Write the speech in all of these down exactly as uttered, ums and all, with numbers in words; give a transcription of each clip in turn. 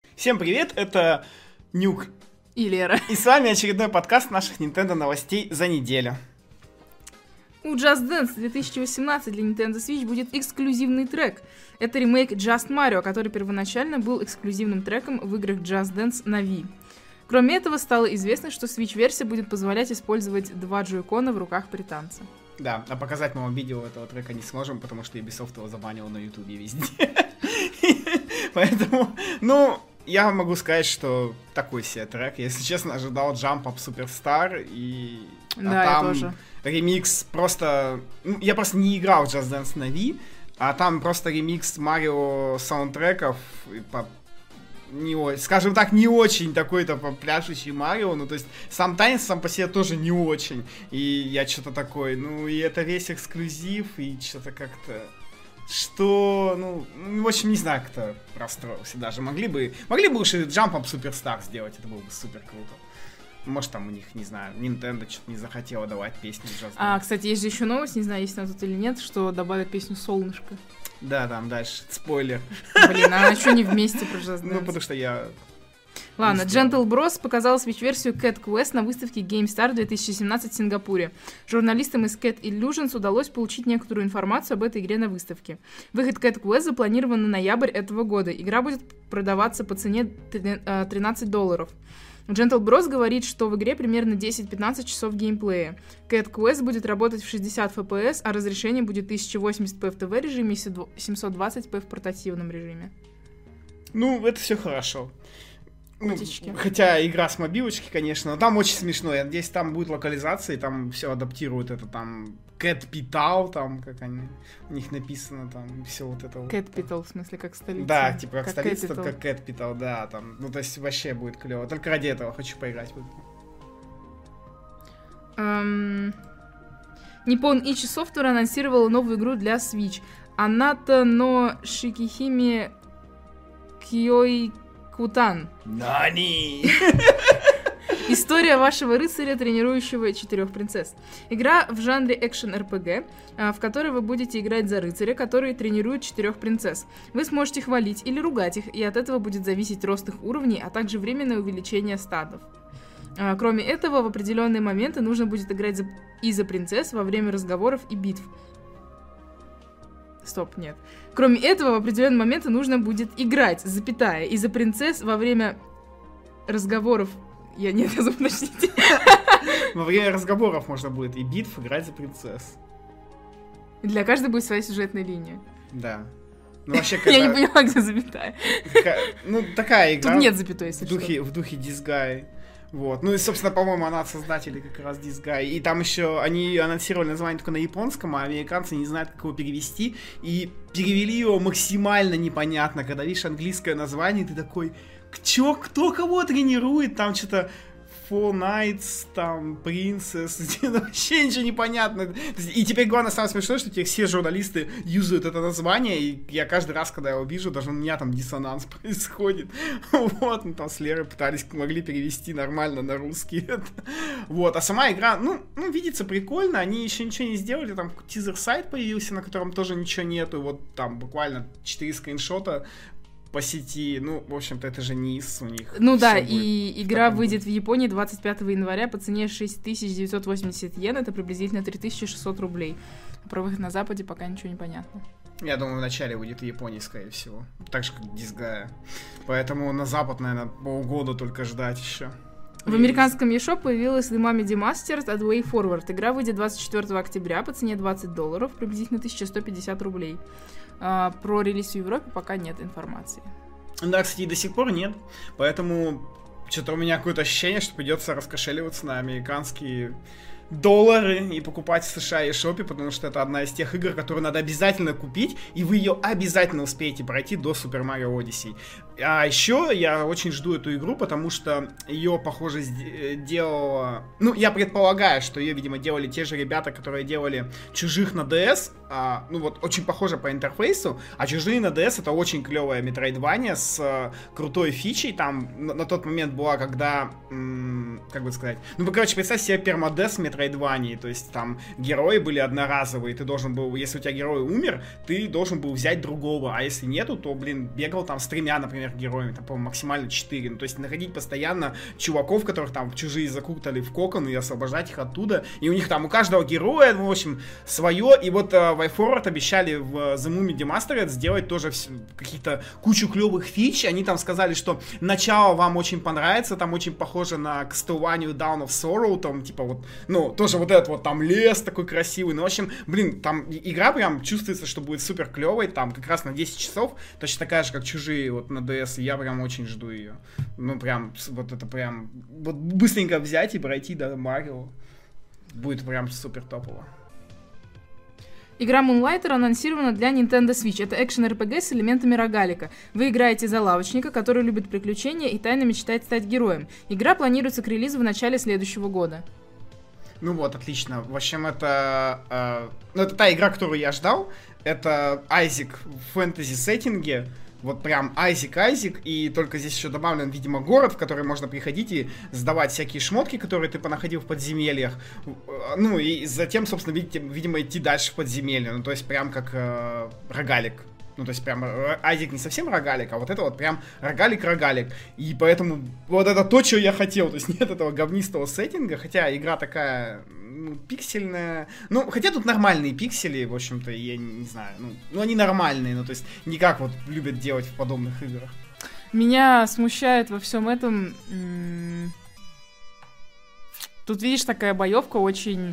Всем привет, это Нюк и Лера. И с вами очередной подкаст наших Nintendo новостей за неделю. У Just Dance две тысячи восемнадцать для Nintendo Switch будет эксклюзивный трек. Это ремейк Just Mario, который первоначально был эксклюзивным треком в играх Just Dance на Wii. Кроме этого, стало известно, что Switch-версия будет позволять использовать два джойкона в руках при танце. Да, а показать мы вам видео этого трека не сможем, потому что Ubisoft его забанил на Ютубе везде. Поэтому, ну, я могу сказать, что такой себе трек. Я, если честно, ожидал Jump Up Superstar, и да, а там я тоже. Ремикс просто... Ну, я просто не играл в Just Dance на Wii, а там просто ремикс Марио саундтреков по... Не, скажем так, не очень такой-то пляшущий Марио, ну, то есть, сам танец сам по себе тоже не очень, и я что-то такой, ну, и это весь эксклюзив, и что-то как-то, что, ну, в общем, не знаю, как-то расстроился даже, могли бы, могли бы уж и Jump Up Superstar сделать, это было бы супер круто. Может, там у них, не знаю, Nintendo что-то не захотела давать песню Just Dance. А, кстати, есть же еще новость, не знаю, есть она тут или нет, что добавят песню «Солнышко». Да, там дальше, спойлер. Блин, а что не вместе про Just Dance? Ну, потому что я... Ладно, Gentle Bros показал Switch-версию Cat Quest на выставке GameStar две тысячи семнадцать в Сингапуре. Журналистам из Cat Illusions удалось получить некоторую информацию об этой игре на выставке. Выход Cat Quest запланирован на ноябрь этого года. Игра будет продаваться по цене тринадцать долларов. Gentle Bros говорит, что в игре примерно десять-пятнадцать часов геймплея. Cat Quest будет работать в шестьдесят эф пи эс, а разрешение будет тысяча восемьдесят пи в ТВ режиме и семьсот двадцать пи в портативном режиме. Ну, это все хорошо. Ну, хотя игра с мобилочки, конечно, но там очень смешно. Я надеюсь, там будет локализация, и там все адаптируют это там Capital, там, как они, у них написано, там, все вот это вот. Capital, в смысле, как столица. Да, типа как, как столица, Capital. Как Capital, да, там, ну, то есть вообще будет клево. Только ради этого хочу поиграть в игру. Um, Nippon Ichi Software анонсировала новую игру для Switch. Аната но Шикихиме Кьёй Кутан. Нани! История вашего рыцаря, тренирующего четырех принцесс. Игра в жанре экшен-эр пи джи, в которой вы будете играть за рыцаря, который тренирует четырех принцесс. Вы сможете хвалить или ругать их, и от этого будет зависеть рост их уровней, а также временное увеличение статов. Кроме этого, в определенные моменты нужно будет играть за... и за принцесс во время разговоров и битв. Стоп, нет. Кроме этого, в определенные моменты нужно будет играть, запятая, и за принцесс во время разговоров... Я нет, я подождите. Во время разговоров можно будет и битв играть за принцесс. Для каждой будет своя сюжетная линия. Да. Ну, вообще, когда... Я не поняла, где запятая. Ну, такая игра. Тут нет запятой, если в духе, в духе Disgaea. Вот. Ну и, собственно, по-моему, она от создателей как раз Disgaea. И там еще они анонсировали название только на японском, а американцы не знают, как его перевести. И перевели его максимально непонятно. Когда видишь английское название, ты такой... Чё, кто кого тренирует? Там что-то Four Knights, там Princess, вообще ничего не понятно. И теперь главное, самое смешное, что теперь все журналисты юзают это название, и я каждый раз, когда его вижу, даже у меня там диссонанс происходит. Вот, ну там с Лерой пытались, могли перевести нормально на русский. Вот, а сама игра, ну, ну, видится прикольно, они еще ничего не сделали, там тизер-сайт появился, на котором тоже ничего нету, вот там буквально четыре скриншота по сети, ну, в общем-то, это же низ у них. Ну да, и игра выйдет в Японии двадцать пятого января по цене шесть тысяч девятьсот восемьдесят йен, это приблизительно три тысячи шестьсот рублей. Про выход на Западе пока ничего не понятно. Я думаю, вначале выйдет в Японии, скорее всего. Так же, как Disgaea. Поэтому на Запад, наверное, полгода только ждать еще. В американском eShop появилась The Mummy Demastered от Way Forward. Игра выйдет двадцать четвёртого октября по цене двадцать долларов, приблизительно тысяча сто пятьдесят рублей. А, про релиз в Европе пока нет информации. Да, кстати, до сих пор нет. Поэтому что-то у меня какое-то ощущение, что придется раскошеливаться на американские доллары и покупать в США eShop, потому что это одна из тех игр, которую надо обязательно купить, и вы ее обязательно успеете пройти до Super Mario Odyssey. А еще я очень жду эту игру, потому что ее, похоже, делала... Ну, я предполагаю, что ее, видимо, делали те же ребята, которые делали Чужих на ди эс. А, ну вот, очень похоже по интерфейсу. А Чужие на ди эс — это очень клевая метроидвания с а, крутой фичей. Там на, на тот момент была, когда... М- как бы сказать... Ну, вы, короче, представьте себе пермодес в метроидвании, то есть там герои были одноразовые, ты должен был, если у тебя герой умер, ты должен был взять другого, а если нету, то, блин, бегал там с тремя, например, героями, там, по-моему, максимально четыре, ну, то есть находить постоянно чуваков, которых там чужие закутали в кокон и освобождать их оттуда, и у них там у каждого героя, ну, в общем, свое, и вот uh, WayForward обещали в uh, The Movie Demastered сделать тоже вс- каких-то кучу клевых фич, они там сказали, что начало вам очень понравится, там очень похоже на Castlevania Dawn of Sorrow, там, типа, вот, ну, тоже вот этот вот там лес такой красивый, ну, в общем, блин, там игра прям чувствуется, что будет супер клевой, там как раз на десять часов, точно такая же, как Чужие вот на ди эс, и я прям очень жду ее. Ну, прям, вот это прям, вот быстренько взять и пройти до Марио, будет прям супер топово. Игра Moonlighter анонсирована для Nintendo Switch. Это экшен-эр пи джи с элементами рогалика. Вы играете за лавочника, который любит приключения и тайно мечтает стать героем. Игра планируется к релизу в начале следующего года. Ну вот, отлично. В общем, это... Э, ну, это та игра, которую я ждал. Это Айзек в фэнтези-сеттинге. Вот прям Айзек Айзек, и только здесь еще добавлен, видимо, город, в который можно приходить и сдавать всякие шмотки, которые ты понаходил в подземельях. Ну и затем, собственно, видимо, идти дальше в подземелье. Ну то есть прям как э, рогалик. Ну, то есть, прям, Айзек не совсем рогалик, а вот это вот прям рогалик-рогалик. И поэтому вот это то, что я хотел. То есть, нет этого говнистого сеттинга, хотя игра такая, ну, пиксельная. Ну, хотя тут нормальные пиксели, в общем-то, я не, не знаю. Ну, ну, они нормальные, ну, то есть, не как вот любят делать в подобных играх. Меня смущает во всем этом... М- Тут, видишь, такая боевка очень...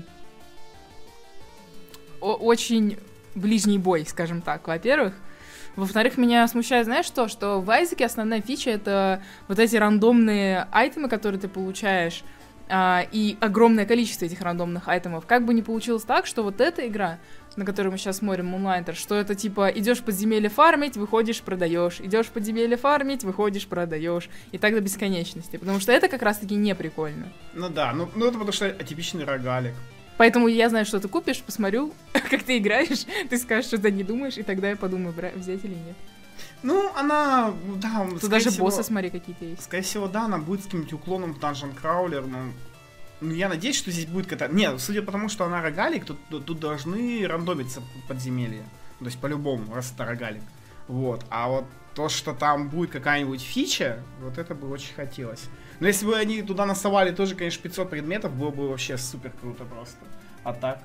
О- очень ближний бой, скажем так, во-первых. Во-вторых, меня смущает, знаешь что? Что в Айзеке основная фича — это вот эти рандомные айтемы, которые ты получаешь, а, и огромное количество этих рандомных айтемов. Как бы ни получилось так, что вот эта игра, на которую мы сейчас смотрим, Moonlighter, что это типа идешь в подземелье фармить, выходишь, продаешь, идешь в подземелье фармить, выходишь, продаешь, и так до бесконечности. Потому что это как раз-таки не прикольно. Ну да, ну, ну это потому что атипичный рогалик. Поэтому я знаю, что ты купишь, посмотрю, как ты играешь, ты скажешь, что ты не думаешь, и тогда я подумаю, бра- взять или нет. Ну, она, да... Тут даже всего, боссы, смотри, какие-то есть. Скорее всего, да, она будет с каким-нибудь уклоном в Dungeon Crawler, но... Ну, я надеюсь, что здесь будет какая-то... Нет, судя по тому, что она рогалик, тут, тут, тут должны рандомиться подземелья. То есть, по-любому, раз это рогалик. Вот. А вот то, что там будет какая-нибудь фича, вот это бы очень хотелось. Но если бы они туда насовали тоже, конечно, пятьсот предметов, было бы вообще супер круто просто. А так?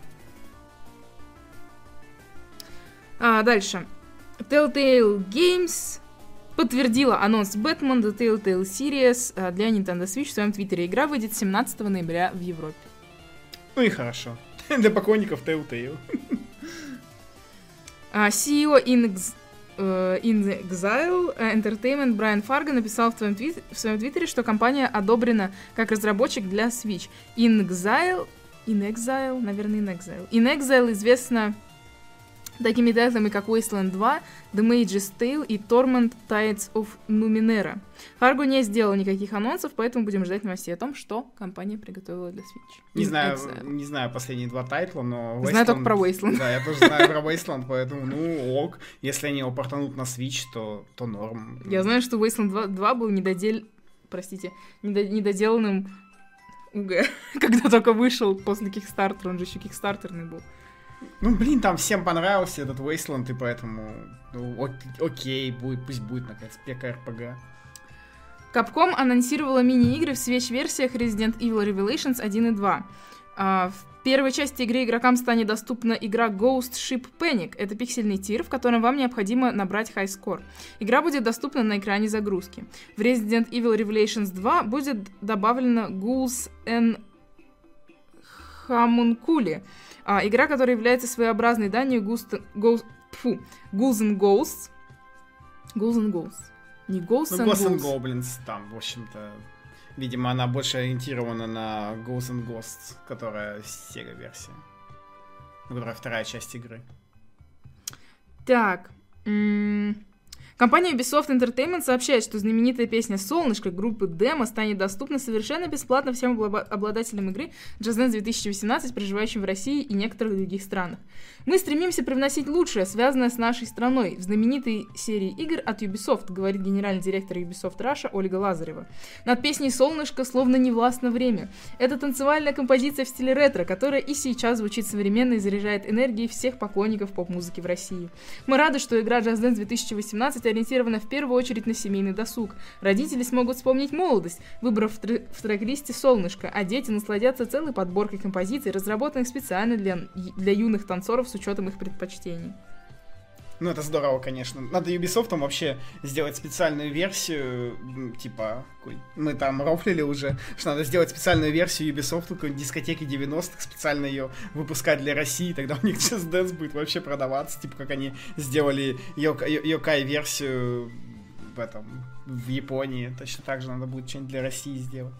А, дальше. Telltale Games подтвердила анонс Batman The Telltale Series для Nintendo Switch в своем твиттере. Игра выйдет семнадцатого ноября в Европе. Ну и хорошо. Для поклонников Telltale. си и о In Exile Entertainment Брайан Фарго написал в, твоем твит... в своем твиттере, что компания одобрена как разработчик для Switch. In Exile... In Exile? Наверное, In Exile. In Exile известна такими тайтлами, как Wasteland два, The Mage's Tale и Torment Tides of Numenera. Фарго не сделал никаких анонсов, поэтому будем ждать новостей о том, что компания приготовила для Switch. Не знаю, не знаю последние два тайтла, но... Wasteland... Знаю только про Wasteland. Да, я тоже знаю про Wasteland, поэтому, ну, ок. Если они его портанут на Switch, то, то норм. Я знаю, что Wasteland два был недодел... Простите, недо... недоделанным УГ, когда только вышел после Kickstarter, он же еще кикстартерный был. Ну, блин, там всем понравился этот Wasteland, и поэтому, ну, ок- окей, будет, пусть будет, наконец, пека-эр пи джи. Capcom анонсировала мини-игры в Switch-версиях Resident Evil Revelations один и два. А, в первой части игры игрокам станет доступна игра Ghost Ship Panic. Это пиксельный тир, в котором вам необходимо набрать high score. Игра будет доступна на экране загрузки. В Resident Evil Revelations два будет добавлено Ghouls and Homunculi. А, игра, которая является своеобразной данью Ghost, Ghost, фу, Ghouls and Ghosts. Ghouls and Ghosts. Не Ghosts ну, and Ghosts and Ghouls. Goblins там, в общем-то, видимо, она больше ориентирована на Ghosts and Ghosts, которая Sega-версия. Которая вторая часть игры. Так. М- Компания Ubisoft Entertainment сообщает, что знаменитая песня «Солнышко» группы Demo станет доступна совершенно бесплатно всем обладателям игры Just Dance две тысячи восемнадцать, проживающим в России и некоторых других странах. Мы стремимся привносить лучшее, связанное с нашей страной, в знаменитой серии игр от Ubisoft, говорит генеральный директор Ubisoft Russia Ольга Лазарева. Над песней «Солнышко» словно не властно время. Это танцевальная композиция в стиле ретро, которая и сейчас звучит современно и заряжает энергией всех поклонников поп-музыки в России. Мы рады, что игра Just Dance две тысячи восемнадцать ориентирована в первую очередь на семейный досуг. Родители смогут вспомнить молодость, выбрав в, тр- в трек-листе «Солнышко», а дети насладятся целой подборкой композиций, разработанных специально для, для юных танцоров с учетом их предпочтений. Ну, это здорово, конечно. Надо Ubisoft вообще сделать специальную версию, типа, мы там рофлили уже, что надо сделать специальную версию Ubisoft, какой-нибудь дискотеки девяностых, специально ее выпускать для России, тогда у них Just Dance будет вообще продаваться, типа, как они сделали Yokai-версию в этом, в Японии. Точно так же надо будет что-нибудь для России сделать.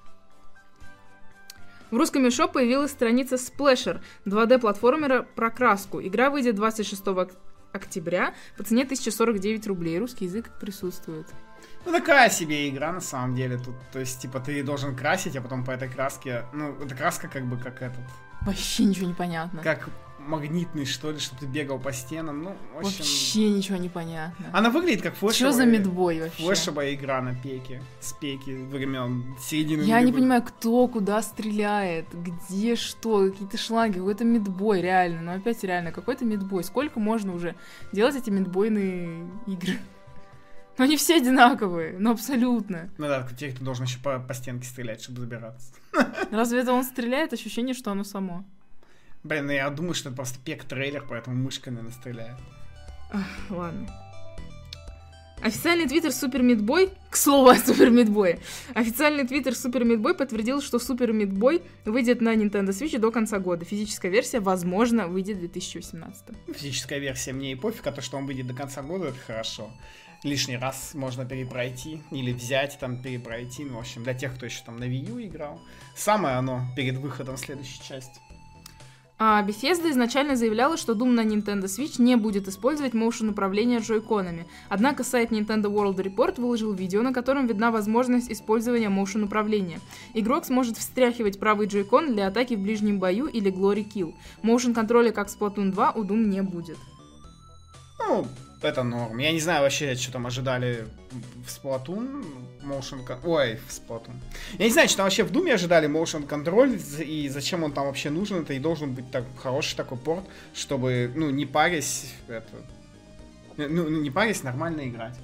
В русском eShop появилась страница Splasher, два дэ-платформера про краску. Игра выйдет двадцать шестого октября по цене тысяча сорок девять рублей. Русский язык присутствует. Ну, такая себе игра, на самом деле, тут, то есть, типа, ты должен красить, а потом по этой краске, ну, эта краска как бы как этот... Вообще ничего не понятно. Как магнитный, что ли, чтобы ты бегал по стенам, ну, в общем... Вообще ничего не понятно. Она выглядит как флешевая... Что за мидбой вообще? Флешевая игра на пеке, с пеки времен середины... Я не понимаю, кто куда стреляет, где что, какие-то шланги, какой-то мидбой, реально, ну опять реально, какой-то мидбой. Сколько можно уже делать эти мидбойные игры? Ну, они все одинаковые, ну, абсолютно. Ну да, тех, кто должен еще по, по стенке стрелять, чтобы забираться. Разве это он стреляет? Ощущение, что оно само. Блин, ну я думаю, что это просто пек-трейлер, поэтому мышка, наверное, стреляет. Ах, ладно. Официальный твиттер Super Meat Boy, к слову о Super Meat Boy, официальный твиттер Super Meat Boy подтвердил, что Super Meat Boy выйдет на Nintendo Switch до конца года. Физическая версия, возможно, выйдет в две тысячи восемнадцатом. Физическая версия мне и пофиг, а то, что он выйдет до конца года, это хорошо. Лишний раз можно перепройти, или взять, там, перепройти, ну, в общем, для тех, кто еще там на Wii U играл. Самое оно перед выходом следующей части. А Bethesda изначально заявляла, что Doom на Nintendo Switch не будет использовать моушен управления джойконами. Однако сайт Nintendo World Report выложил видео, на котором видна возможность использования моушен управления. Игрок сможет встряхивать правый джойкон для атаки в ближнем бою или Glory Kill. Моушен контроля, как в Splatoon два, у Doom не будет. Ну, это норм. Я не знаю вообще, что там ожидали в Splatoon. Motion... Ой, в Splatoon. Я не знаю, что там вообще в Doom ожидали motion контроль, и зачем он там вообще нужен. Это и должен быть так, хороший такой порт, чтобы, ну, не парясь, это... ну, не парясь, нормально играть.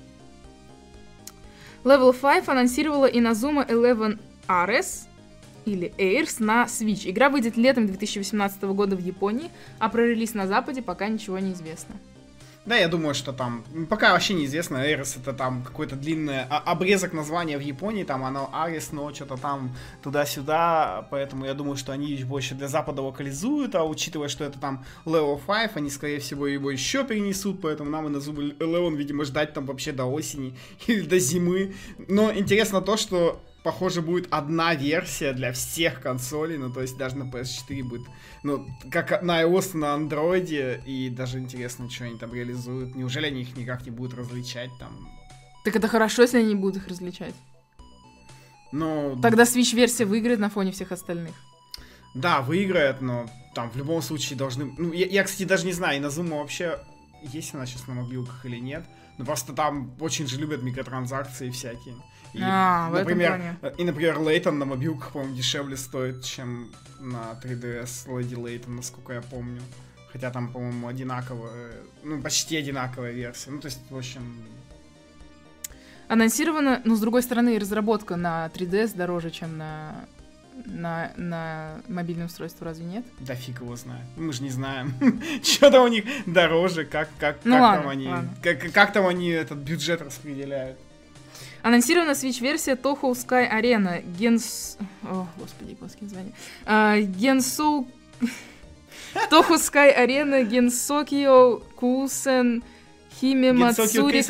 Level пять анонсировала Inazuma Eleven Ares, или Airs, на Switch. Игра выйдет летом две тысячи восемнадцатого года в Японии, а про релиз на Западе пока ничего не известно. Да, я думаю, что там... Пока вообще неизвестно. Airs это там какой-то длинный обрезок названия в Японии. Там оно Ares, но что-то там туда-сюда. Поэтому я думаю, что они больше для Запада локализуют. А учитывая, что это там Level пять, они, скорее всего, его еще перенесут. Поэтому нам и на Zuma Eleven, видимо, ждать там вообще до осени или до зимы. Но интересно то, что... Похоже, будет одна версия для всех консолей, ну, то есть даже на пи эс четыре будет, ну, как на iOS, на Android, и даже интересно, что они там реализуют. Неужели они их никак не будут различать там? Так это хорошо, если они не будут их различать. Ну... Тогда Switch-версия выиграет на фоне всех остальных. Да, выиграет, но там в любом случае должны... Ну, я, я кстати, даже не знаю, Inazuma вообще, есть она сейчас на мобилках или нет, но просто там очень же любят микротранзакции всякие. И, а, например, и, например, Лейтон на мобилках, по-моему, дешевле стоит, чем на три ди эс Lady Layton, насколько я помню. Хотя там, по-моему, одинаковая, ну, почти одинаковая версия. Ну, то есть, в общем... Анонсировано, ну, с другой стороны, разработка на три ди эс дороже, чем на, на, на мобильное устройство, разве нет? Да фиг его знает. Мы же не знаем, что там у них дороже, как, как, ну, как ладно, там они, ладно. Как, как там они этот бюджет распределяют. Анонсирована Switch-версия Touhou Sky Arena. Gens... О, господи, японские названия. Uh, Gensou... Touhou Sky Arena Gensokyo Kusen Hime Matsuri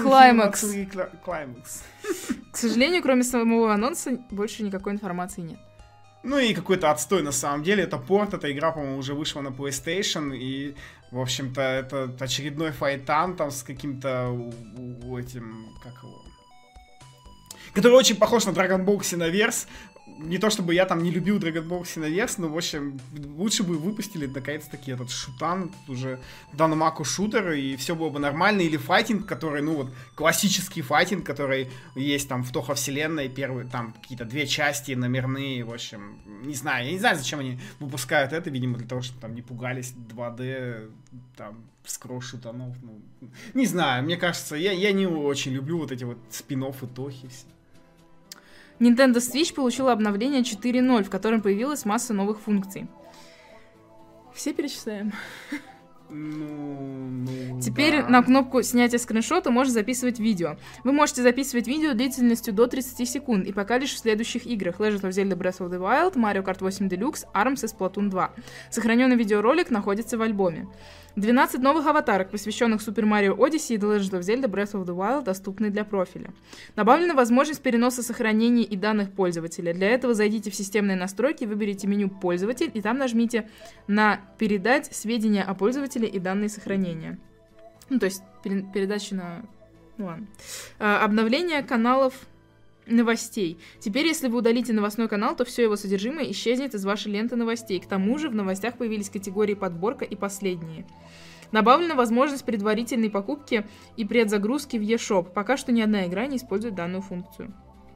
Climax. К сожалению, кроме самого анонса, больше никакой информации нет. Ну и какой-то отстой на самом деле. Это порт, эта игра, по-моему, уже вышла на PlayStation. И, в общем-то, это очередной файтан там с каким-то у, у, этим, как его... который очень похож на Dragon Ball Xenoverse. Не то чтобы я там не любил Dragon Ball Xenoverse, но, в общем, лучше бы выпустили наконец-таки этот шутан, тут уже Данмаку шутер, и все было бы нормально. Или файтинг, который, ну вот, классический файтинг, который есть там в Toho вселенной, первые там какие-то две части номерные, в общем, не знаю, я не знаю, зачем они выпускают это, видимо, для того, чтобы там не пугались два дэ, там, скролл шутанов, ну, не знаю, мне кажется, я, я не очень люблю вот эти вот спин-оффы Тохи все. Nintendo Switch получила обновление четыре ноль, в котором появилась масса новых функций. Все перечисляем. Ну, ну, Теперь да. на кнопку снятия скриншота можно записывать видео. Вы можете записывать видео длительностью до тридцати секунд, и пока лишь в следующих играх: Legend of Zelda Breath of the Wild, Mario Kart восемь Deluxe, армс и Splatoon два. Сохраненный видеоролик находится в альбоме. двенадцать новых аватарок, посвященных Super Mario Odyssey и The Legend of Zelda Breath of the Wild, доступны для профиля. Добавлена возможность переноса сохранений и данных пользователя. Для этого зайдите в системные настройки, выберите меню «Пользователь» и там нажмите на «Передать сведения о пользователе и данные сохранения». Ну, то есть пере- передача на... Ну ладно. А, обновление каналов новостей. Теперь, если вы удалите новостной канал, то все его содержимое исчезнет из вашей ленты новостей. К тому же в новостях появились категории «Подборка» и «Последние». Добавлена возможность предварительной покупки и предзагрузки в eShop. Пока что ни одна игра не использует данную функцию.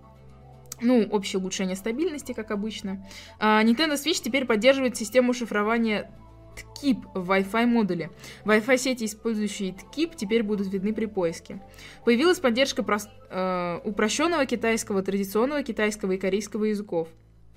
Ну, общее улучшение стабильности, как обычно. А, Nintendo Switch теперь поддерживает систему шифрования ткип в Wi-Fi модуле. Wi-Fi сети, использующие ткип, теперь будут видны при поиске. Появилась поддержка прост... э, упрощенного китайского, традиционного китайского и корейского языков.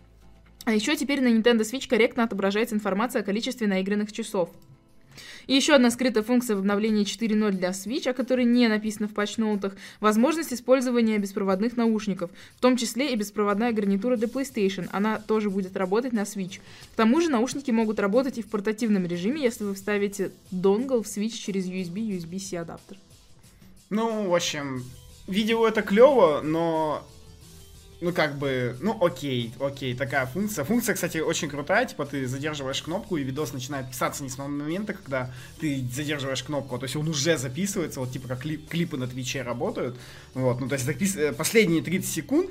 А еще теперь на Nintendo Switch корректно отображается информация о количестве наигранных часов. И еще одна скрытая функция в обновлении четыре ноль для Switch, о которой не написано в патчноутах, возможность использования беспроводных наушников, в том числе и беспроводная гарнитура для PlayStation. Она тоже будет работать на Switch. К тому же наушники могут работать и в портативном режиме, если вы вставите донгл в Switch через ю эс би ю эс би-C адаптер. Ну, в общем, видео это клево, но... Ну, как бы, ну, окей, окей, такая функция. Функция, кстати, очень крутая, типа, ты задерживаешь кнопку, и видос начинает писаться не с момента, когда ты задерживаешь кнопку, то есть он уже записывается, вот, типа, как клип, клипы на Твиче работают, вот, ну, то есть запис... последние тридцать секунд,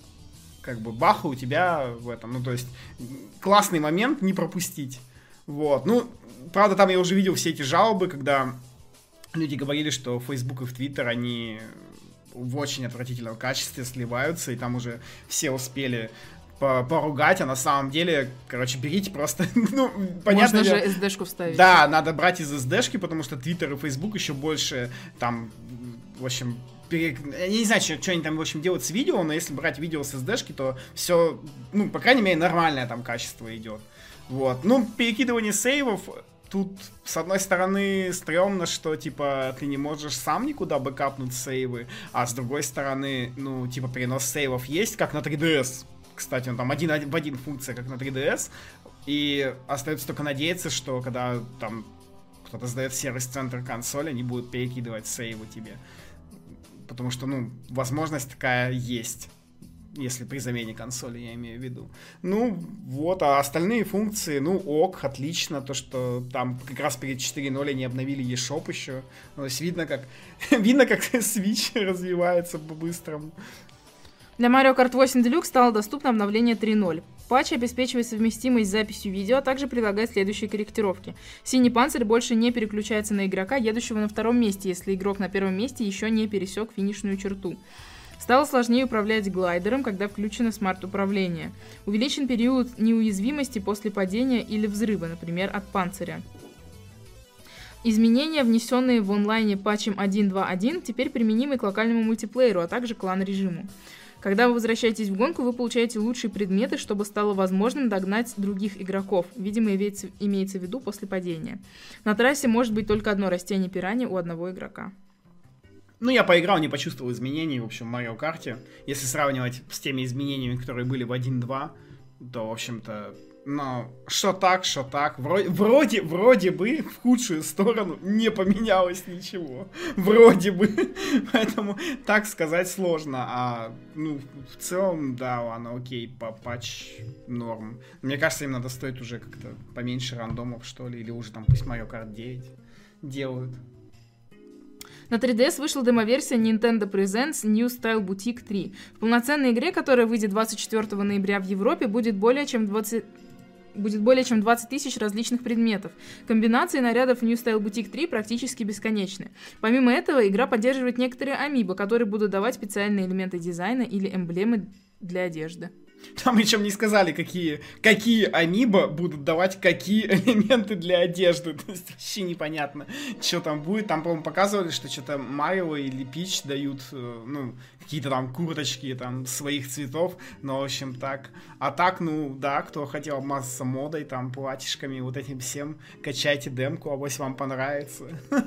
как бы, баха у тебя в этом, ну, то есть классный момент не пропустить, вот, ну, правда, там я уже видел все эти жалобы, когда люди говорили, что в Facebook и в Twitter они... в очень отвратительном качестве сливаются, и там уже все успели по- поругать, а на самом деле, короче, берите просто, ну, понятно. Можно же эс ди-шку вставить. Да, надо брать из эс ди-шки, потому что Twitter и Facebook еще больше там, в общем, пере... я не знаю, что, что они там, в общем, делают с видео, но если брать видео с эс ди-шки, то все, ну, по крайней мере, нормальное там качество идет. Вот, ну, перекидывание сейвов. Тут, с одной стороны, стрёмно, что, типа, ты не можешь сам никуда бэкапнуть сейвы, а с другой стороны, ну, типа, перенос сейвов есть, как на три ди эс. Кстати, он там один в один функция, как на три ди эс, и остается только надеяться, что когда там кто-то сдает сервис-центр консоли, они будут перекидывать сейвы тебе. Потому что, ну, возможность такая есть. Если при замене консоли, я имею в виду. Ну, вот, а остальные функции, ну, ок, отлично. То, что там как раз перед четыре ноль они обновили eShop еще. То есть видно, как видно, как Switch развивается по-быстрому. Для Mario Kart восемь Deluxe стало доступно обновление три ноль. Патч обеспечивает совместимость с записью видео, а также предлагает следующие корректировки. Синий панцирь больше не переключается на игрока, едущего на втором месте, если игрок на первом месте еще не пересек финишную черту. Стало сложнее управлять глайдером, когда включено смарт-управление. Увеличен период неуязвимости после падения или взрыва, например, от панциря. Изменения, внесенные в онлайне патчем один точка два точка один, теперь применимы к локальному мультиплееру, а также клан-режиму. Когда вы возвращаетесь в гонку, вы получаете лучшие предметы, чтобы стало возможным догнать других игроков. Видимо, имеется, имеется в виду после падения. На трассе может быть только одно растение пираньи у одного игрока. Ну, я поиграл, не почувствовал изменений, в общем, в Mario Kart. Если сравнивать с теми изменениями, которые были в один точка два, то, в общем-то, ну, что так, что так. Вроде, вроде, вроде бы в худшую сторону не поменялось ничего. Вроде бы. Поэтому так сказать сложно. А, ну, в целом, да, ладно, окей, по патч норм. Мне кажется, им надо стоит уже как-то поменьше рандомов, что ли. Или уже там пусть Mario Kart девять делают. На три ди эс вышла демоверсия Nintendo Presents New Style Boutique три. В полноценной игре, которая выйдет двадцать четвёртого ноября в Европе, будет более чем двадцать... будет более чем двадцать тысяч различных предметов. Комбинации нарядов в New Style Boutique три практически бесконечны. Помимо этого, игра поддерживает некоторые амибо, которые будут давать специальные элементы дизайна или эмблемы для одежды. Там причем не сказали, какие, какие амибо будут давать какие элементы для одежды. То есть вообще непонятно, что там будет. Там, по-моему, показывали, что что-то Марио или Пич дают, ну, какие-то там курточки там своих цветов. Но, в общем, так. А так, ну, да, кто хотел обмазаться модой, там, платьишками, вот этим всем, качайте демку, авось вам понравится.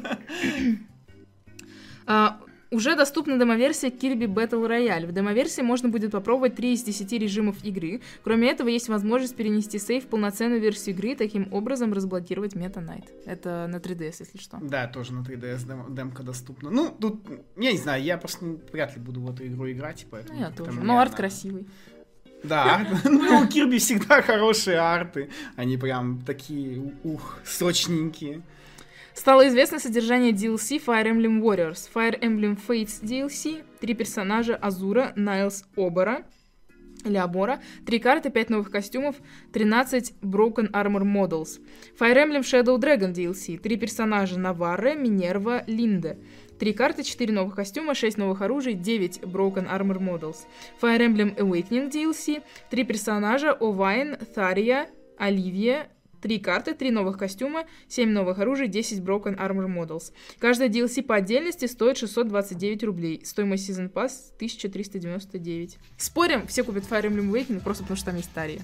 Уже доступна демоверсия Kirby Battle Royale. В демоверсии можно будет попробовать три из десяти режимов игры. Кроме этого, есть возможность перенести сейв в полноценную версию игры и таким образом разблокировать Meta Knight. Это на три ди эс, если что. Да, тоже на три ди эс дем- демка доступна. Ну, тут, я не знаю, я просто вряд ли буду в эту игру играть, поэтому... Ну, я тоже. Но арт красивый. Да, ну, у Кирби всегда хорошие арты. Они прям такие, ух, сочненькие. Стало известно содержание ди эл си Fire Emblem Warriors, Fire Emblem Fates ди эл си, три персонажа Азура, Найлс, Обора, или Абора, три карты, пять новых костюмов, тринадцать Broken Armor Models, Fire Emblem Shadow Dragon ди эл си, три персонажа Наварре, Минерва, Линде, три карты, четыре новых костюма, шесть новых оружий, девять Broken Armor Models, Fire Emblem Awakening ди эл си, три персонажа Овайн, Тария, Оливия, три карты, три новых костюма, семь новых оружий, десять Broken Armor Models. Каждая ди эл си по отдельности стоит шестьсот двадцать девять рублей. Стоимость Season Pass тысяча триста девяносто девять. Спорим, все купят Fire Emblem Awakening просто потому, что там есть Тария.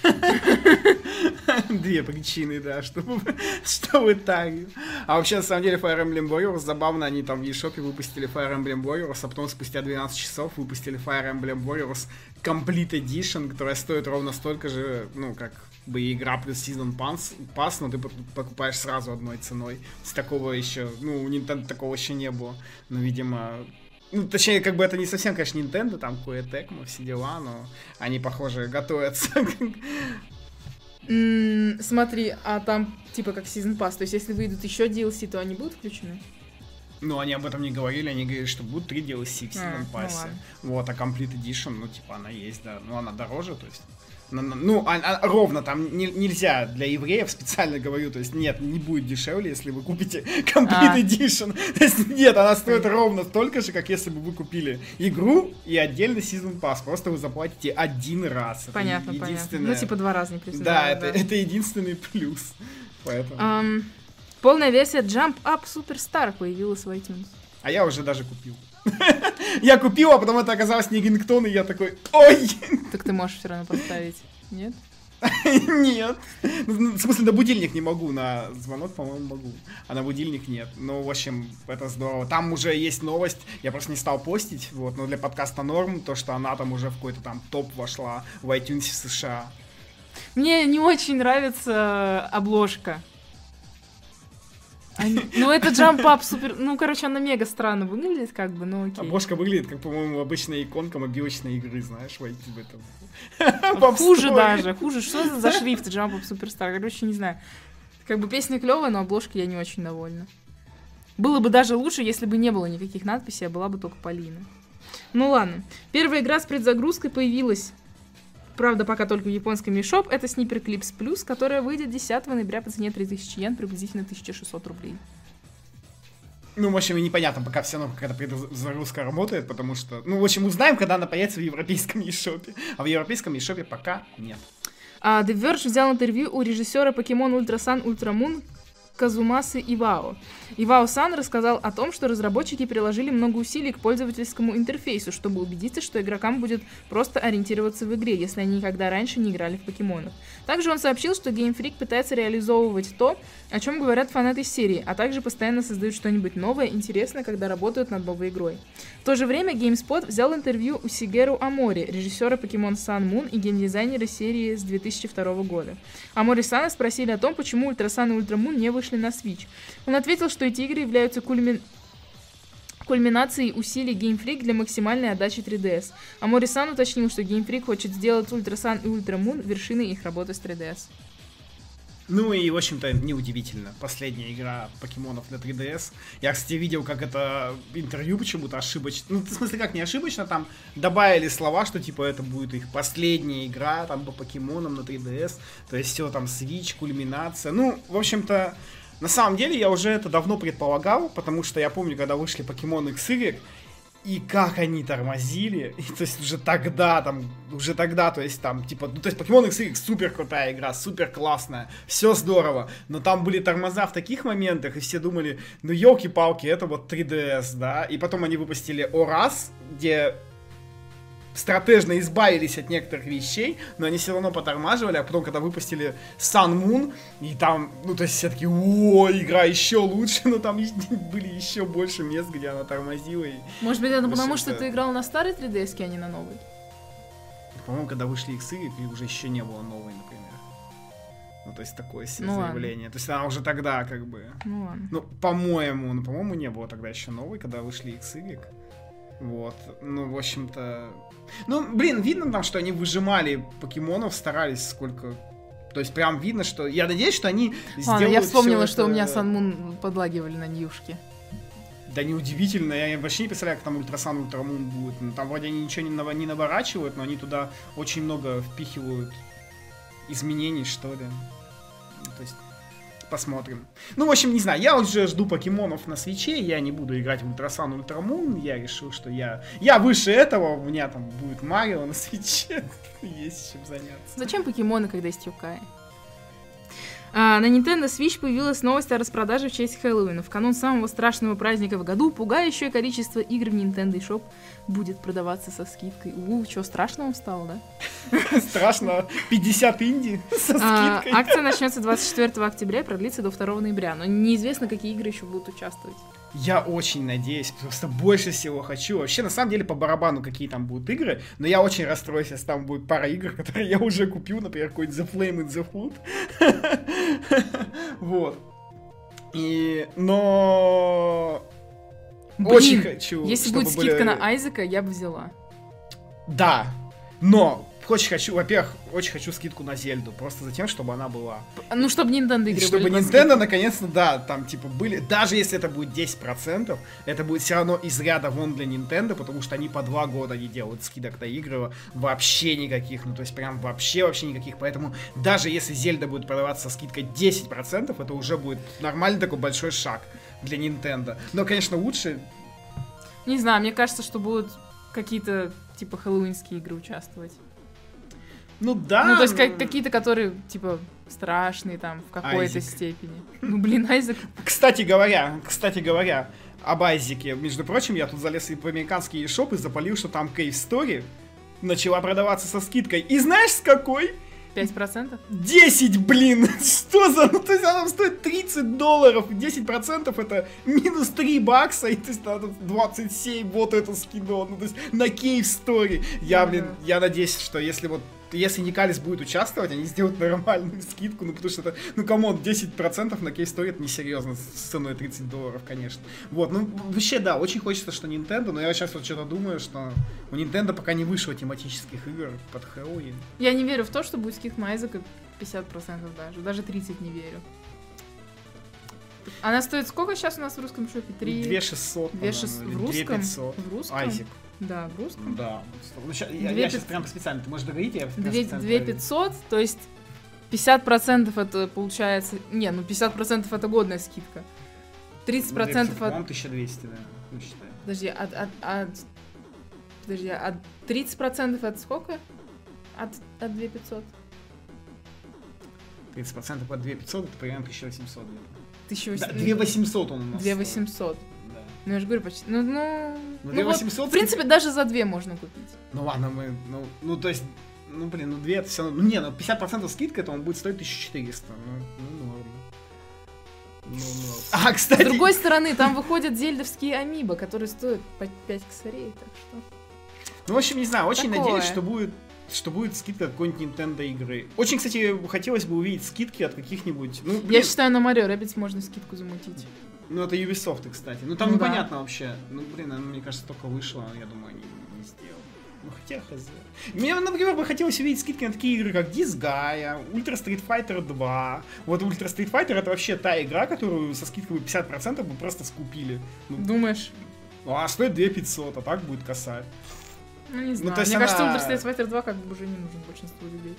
Две причины, да, чтобы, чтобы так. А вообще, на самом деле, Fire Emblem Warriors, забавно, они там в eShop выпустили Fire Emblem Warriors, а потом спустя двенадцать часов выпустили Fire Emblem Warriors Complete Edition, которая стоит ровно столько же, ну, как бы игра плюс Season Pass, Pass, но ты покупаешь сразу одной ценой. С такого еще, ну, у Nintendo такого еще не было. Но, видимо... Ну, точнее, как бы это не совсем, конечно, Nintendo, там Koei Tecmo, все дела, но они, похоже, готовятся. Mm, смотри, а там типа как Season Pass, то есть если выйдут еще ди эл си, то они будут включены? Ну, они об этом не говорили, они говорили, что будут три ди эл си в Season Pass. Ну, вот, а Complete Edition, ну, типа, она есть, да, ну, она дороже, то есть... Ну, а, а, ровно, там не, нельзя для евреев, специально говорю, то есть нет, не будет дешевле, если вы купите Complete а. Edition. То есть нет, она стоит ровно столько же, как если бы вы купили игру и отдельно Season Pass. Просто вы заплатите один раз. Понятно, понятно. Ну, типа два раза не представляю. Да, да. Это, это единственный плюс. Поэтому... Um, полная версия Jump Up Superstar появилась в iTunes. А я уже даже купил. Я купил, а потом это оказалось не рингтон, и я такой, ой! Так ты можешь все равно поставить, нет? Нет. В смысле, на будильник не могу, на звонок, по-моему, могу, а на будильник нет. Ну, в общем, это здорово. Там уже есть новость, я просто не стал постить, вот, но для подкаста норм, то, что она там уже в какой-то там топ вошла в iTunes в США. Мне не очень нравится обложка. Они... Ну, это Jump Up супер... Ну, короче, она мега странно выглядит, как бы, ну окей. Обложка выглядит, как, по-моему, обычная иконка мобилочной игры, знаешь, войти в этом. Хуже даже, хуже. Что за шрифт Jump Up Superstar? Короче, не знаю. Как бы песня клевая, но обложка я не очень довольна. Было бы даже лучше, если бы не было никаких надписей, а была бы только Полина. Ну ладно. Первая игра с предзагрузкой появилась... Правда, пока только в японском eShop. Это Sniper Clips Plus, которая выйдет десятого ноября по цене три тысячи йен, приблизительно тысяча шестьсот рублей. Ну, в общем, непонятно, пока все равно какая-то предзагрузка работает, потому что... Ну, в общем, узнаем, когда она появится в европейском eShop. А в европейском eShop пока нет. Uh, The Verge взял интервью у режиссера Pokemon Ultra Sun Ultra Moon Казумасы Ивао. Ивао-сан рассказал о том, что разработчики приложили много усилий к пользовательскому интерфейсу, чтобы убедиться, что игрокам будет просто ориентироваться в игре, если они никогда раньше не играли в покемонов. Также он сообщил, что Game Freak пытается реализовывать то, о чем говорят фанаты серии, а также постоянно создают что-нибудь новое, интересное, когда работают над новой игрой. В то же время GameSpot взял интервью у Сигеру Амори, режиссера Pokemon Sun Moon и геймдизайнера серии с две тысячи второго года. Амори-сана спросили о том, почему Ультра Сан и Ультра Мун не вышли на Switch. Он ответил, что эти игры являются кульми... кульминацией усилий Game Freak для максимальной отдачи три ди эс. Амори-сан уточнил, что Game Freak хочет сделать Ультра Сан и Ультра Мун вершиной их работы с три ди эс. Ну и, в общем-то, неудивительно. Последняя игра покемонов на три ди эс. Я, кстати, видел, как это интервью почему-то ошибочно. Ну, в смысле, как не ошибочно, там добавили слова, что, типа, это будет их последняя игра, там, по покемонам на три ди эс. То есть, все там, Switch, кульминация. Ну, в общем-то, на самом деле, я уже это давно предполагал, потому что я помню, когда вышли Pokemon икс игрек, и как они тормозили, и, то есть уже тогда, там, уже тогда, то есть там, типа, ну, то есть Pokemon икс игрек супер крутая игра, супер классная, все здорово, но там были тормоза в таких моментах, и все думали, ну, елки-палки, это вот три ди эс, да, и потом они выпустили Ораз, где стратежно избавились от некоторых вещей, но они все равно потормаживали, а потом, когда выпустили Sun Moon, и там, ну, то есть все такие, о, игра еще лучше, но там были еще больше мест, где она тормозила. И... Может быть, это потому, что ты играл на старой три ди эс, а не на новой? По-моему, когда вышли икс игрек, уже еще не было новой, например. Ну, то есть такое себе ну, заявление. ладно. То есть она уже тогда, как бы... Ну, ладно. Ну, по-моему, ну, по-моему, не было тогда еще новой, когда вышли икс игрек. Вот, ну, в общем-то... Ну, блин, видно там, что они выжимали покемонов, старались сколько... То есть прям видно, что... Я надеюсь, что они Ладно, сделают я вспомнила, это... что у меня Sun Moon подлагивали на ньюшке. Да неудивительно, я вообще не представляю, как там Ультра Сан, Ультра Мун будет. Ну, там вроде они ничего не, нав... не наворачивают, но они туда очень много впихивают изменений, что ли. Ну, то есть... Посмотрим. Ну, в общем, не знаю, я уже жду покемонов на свитче, я не буду играть в Ультра Сан, Ультра Мун, я решил, что я... Я выше этого, у меня там будет Марио на свитче, есть чем заняться. Зачем покемоны, когда есть Юкай? А, на Nintendo Switch появилась новость о распродаже в честь Хэллоуина. В канун самого страшного праздника в году пугающее количество игр в Nintendo eShop будет продаваться со скидкой. У, что, страшно вам стало, да? Страшно. пятьдесят инди со скидкой. А, акция начнется двадцать четвёртого октября и продлится до второго ноября. Но неизвестно, какие игры еще будут участвовать. Я очень надеюсь, просто больше всего хочу. Вообще, на самом деле, по барабану, какие там будут игры, но я очень расстроюсь, если там будет пара игр, которые я уже купил, например, какой-нибудь The Flame and the Flood. Вот. И... Но... Блин, очень хочу, если будет были... скидка на Айзека, я бы взяла. Да, но... Очень хочу, во-первых, очень хочу скидку на Зельду, просто за тем, чтобы она была. Ну, чтобы Nintendo игры чтобы были. Чтобы Nintendo, наконец-то, да, там, типа, были... Даже если это будет десять процентов, это будет все равно из ряда вон для Nintendo, потому что они по два года не делают скидок на игры вообще никаких, ну, то есть прям вообще-вообще никаких. Поэтому даже если Зельда будет продаваться со скидкой десять процентов, это уже будет нормальный такой большой шаг для Nintendo. Но, конечно, лучше... Не знаю, мне кажется, что будут какие-то, типа, хэллоуинские игры участвовать. Ну да. Ну, то есть как, какие-то, которые, типа, страшные там в какой-то Айзек. степени. Ну, блин, Айзек. Кстати говоря, кстати говоря, об Айзеке. Между прочим, я тут залез в американский eShop и запалил, что там Cave Story начала продаваться со скидкой. И знаешь, с какой? пять процентов? десять, блин! Что за... Ну, то есть она стоит тридцать долларов, десять процентов это минус три бакса, и то есть надо двадцать семь, вот это скидно, ну, то есть на Cave Story. Я, блин, Ага. я надеюсь, что если вот если Никалис будет участвовать, они сделают нормальную скидку, ну, потому что это, ну, камон, десять процентов на Cave Story это несерьезно, с ценой тридцать долларов, конечно. Вот, ну, вообще, да, очень хочется, что Nintendo, но я сейчас вот что-то думаю, что у Nintendo пока не вышло тематических игр под Хэллоуин. Я не верю в то, что будет скидка на Айзека пятьдесят процентов даже. Даже тридцать не верю. Она стоит сколько сейчас у нас в русском шопе? три... две шестьсот, две шестьсот в две русском? пятьсот. В русском? Айзек. Да, в русском. Да. Ну, ща- я, две я пят- сейчас прям специально, ты можешь договорить, я прям две специально две проверю. пятьсот, то есть пятьдесят процентов это получается... Не, ну пятьдесят процентов это годная скидка. тридцать процентов Ну, от... по-моему, тысяча двести, да, ну, считай. Подожди, от, от, от... Подожди, от тридцать процентов от сколько? От, от две пятьсот. тридцать процентов от две пятьсот, это примерно тысяча восемьсот где-то. тысяча Да, восемьсот. две восемьсот он у нас. две восемьсот. Да. Ну, я же говорю, почти... Ну, ну... Ну, ну две вот, восемьсот, в принципе, даже за две можно купить. Ну ладно, мы, ну, ну то есть, ну блин, ну две это все равно, ну не, ну пятьдесят процентов скидка, это он будет стоить тысяча четыреста, ну, ну норм. Ну норм. А, кстати... С другой стороны, там выходят зельдовские амибо, которые стоят по пять косарей, так что... Ну, в общем, не знаю, очень Такое. надеюсь, что будет, что будет скидка какой-нибудь Nintendo игры. Очень, кстати, хотелось бы увидеть скидки от каких-нибудь... Ну, блин, Я считаю, на Марио Rabbids можно скидку замутить. ну, это Ubisoft, кстати. Ну, там Ну, непонятно вообще. Ну, блин, оно, мне кажется, только вышло, я думаю, они не сделали. Ну, хотя, хз. Мне, например, бы хотелось увидеть скидки на такие игры, как Disgaea, Ultra Street Fighter два. Вот Ultra Street Fighter — это вообще та игра, которую со скидкой пятьдесят процентов бы просто скупили. Ну, Думаешь? ну, а стоит две тысячи пятьсот, а так будет косарь. Ну, не знаю. то есть Мне она- кажется, Ultra Street Fighter два как бы уже не нужен большинству людей.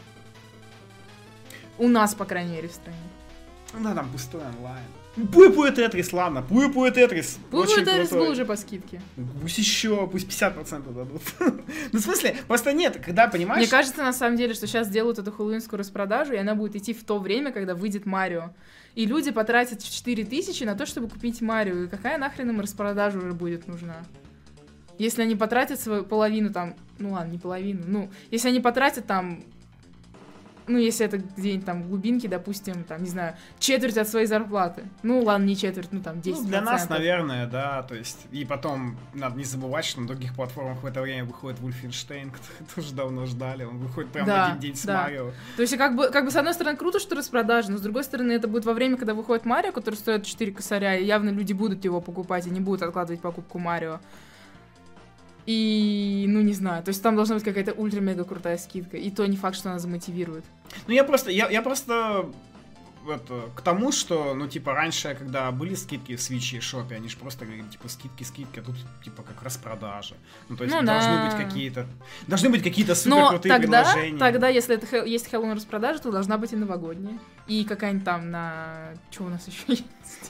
У нас, по крайней мере, в стране. Ну да, там пустой онлайн. Пуи-пуи Тетрис, ладно, Пуи-пуи Тетрис. Пусть Тетрис был уже по скидке. Пусть еще, пусть пятьдесят процентов дадут. Ну, в смысле, просто нет, когда, понимаешь... Мне кажется, на самом деле, что сейчас делают эту хэллоуинскую распродажу, и она будет идти в то время, когда выйдет Марио. И люди потратят четыре тысячи на то, чтобы купить Марио. И какая нахрен им распродажа уже будет нужна? Если они потратят свою половину там... Ну ладно, не половину. Ну, если они потратят там... Ну, если это где-нибудь там в глубинке, допустим, там, не знаю, четверть от своей зарплаты. Ну, ладно, не четверть, ну, там, десять процентов. Ну, для нас, наверное, да, то есть, и потом, надо не забывать, что на других платформах в это время выходит Wolfenstein, который тоже давно ждали, он выходит прямо Да, в один день с да. Марио. То есть, как бы, как бы, с одной стороны, круто, что распродажа, но с другой стороны, это будет во время, когда выходит Марио, который стоит четыре косаря, и явно люди будут его покупать и не будут откладывать покупку Марио. И, ну, не знаю, то есть там должна быть какая-то ультра-мега крутая скидка, и то не факт, что она замотивирует. Ну, я просто, я, я просто... Это, к тому, что, ну, типа, раньше, когда были скидки в Switch и Shop, они же просто говорили, типа, скидки, скидки, а тут, типа, как распродажа. Ну, то есть, Ну, должны да. быть какие-то, должны быть какие-то супер Но крутые тогда, предложения. тогда, если это хэ- есть Хэллоуин распродажа, то должна быть и новогодняя. И какая-нибудь там на... Что у нас еще есть?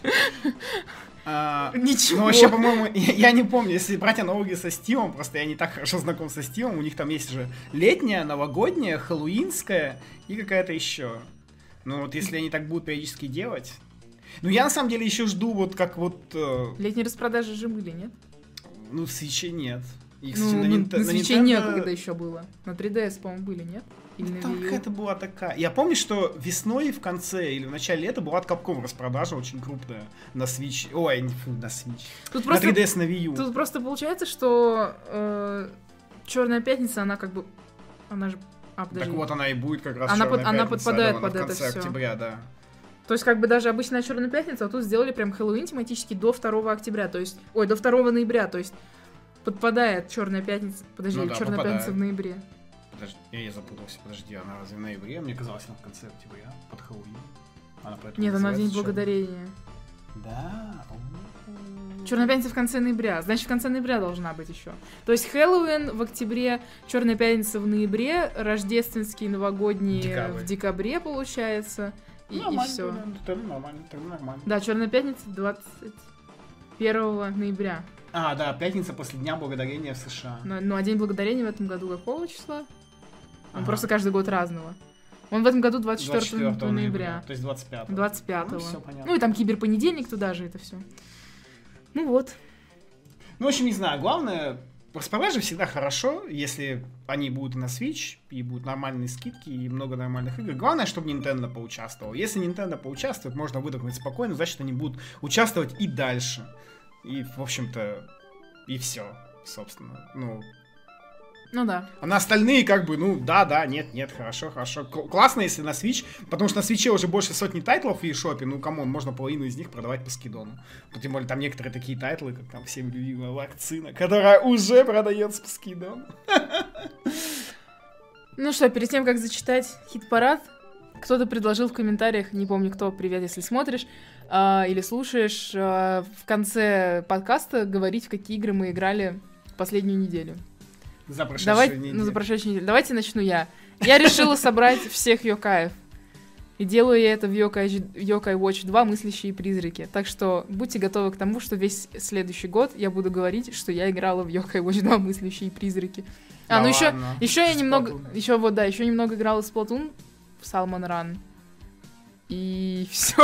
А, Ничего. Ну, вообще, по-моему, я, я не помню, если брать аналогии со Стивом, просто я не так хорошо знаком со Стивом, у них там есть же летняя, новогодняя, хэллоуинская и какая-то еще. Ну, вот если они так будут периодически делать... Ну, я на самом деле еще жду вот как вот... э, Летние распродажи же были, нет? Ну, в Switch нет. И, Ну, кстати, на, ну, Нинте- на на Switch Nintendo- некогда еще было. На три ди эс, по-моему, были, нет? Или Ну, на там Wii U? какая-то была такая... Я помню, что весной в конце или в начале лета была от Capcom распродажа очень крупная на Switch. Ой, не фу, на Switch. Тут На просто, три ди эс, на Wii U. тут просто получается, что э, Черная пятница, она как бы... Она же... А, подожди. Так вот она и будет как раз Она Чёрная под- она пятница, подпадает Алена, под в это конце всё. октября, да. То есть, как бы даже обычная Черная пятница, а тут сделали прям Хэллоуин тематически до второго октября, то есть... Ой, до второго ноября, то есть... Подпадает Черная пятница... Подожди, Ну да, Черная попадает. пятница в ноябре. Подожди, я, я запутался, подожди, она разве в ноябре? Мне казалось, она в конце октября, под Хэллоуин. Она поэтому Нет, она в День называется Чёрная. Благодарения. Да. О. Черная пятница в конце ноября. Значит, в конце ноября должна быть еще. То есть Хэллоуин в октябре, Черная пятница в ноябре, рождественские, новогодние Декабрь. в декабре, получается. И, Нормально, все. да, тогда нормально, тогда нормально. Да, Черная пятница двадцать первого ноября. А, да, пятница после Дня Благодарения в США. Но, ну, а День Благодарения в этом году какого числа? Он Ага. просто каждый год разного. Он в этом году двадцать четвёртого двадцать четвёртого ноября. То есть двадцать пятого. двадцать пятого. Ну, всё понятно. Ну и там киберпонедельник туда же это все. Ну вот. Ну, в общем, не знаю, главное, распродажи всегда хорошо, если они будут и на Switch, и будут нормальные скидки, и много нормальных игр. Главное, чтобы Nintendo поучаствовал. Если Nintendo поучаствует, можно выдохнуть спокойно, значит, они будут участвовать и дальше. И, в общем-то, и все, собственно. Ну, Ну да. а на остальные, как бы, ну, да, да, нет, нет, хорошо, хорошо. К- классно, если на Switch, потому что на Switch уже больше сотни тайтлов в eShop, ну, камон, можно половину из них продавать по скидону. Ну, тем более, там некоторые такие тайтлы, как там всем любимая Вакцина, которая уже продается по скидону. Ну что, перед тем, как зачитать хит-парад, кто-то предложил в комментариях, не помню кто, привет, если смотришь а, или слушаешь, а, в конце подкаста говорить, в какие игры мы играли последнюю неделю. За прошедшую Давай, неделю. ну, за прошедшую неделю. Давайте начну я. Я решила собрать всех йокаев. И делаю я это в Yokai, Yokai Watch два «Мыслящие призраки». Так что будьте готовы к тому, что весь следующий год я буду говорить, что я играла в Yokai Watch два «Мыслящие призраки». А, Да ну еще, ладно. еще я немного, Splatoon. еще вот, да, еще немного играла в Splatoon, в Salmon Run. И все.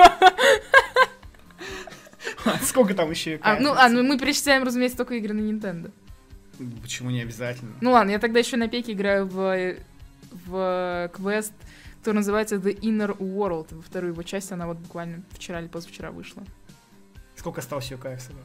Сколько там еще А, ну, а, ну мы перечисляем, разумеется, только игры на Nintendo. Почему не обязательно? Ну ладно, я тогда еще на пеке играю в, в квест, который называется The Inner World. Во вторую его часть, она вот буквально вчера или позавчера вышла. Сколько осталось Йокаев собрать?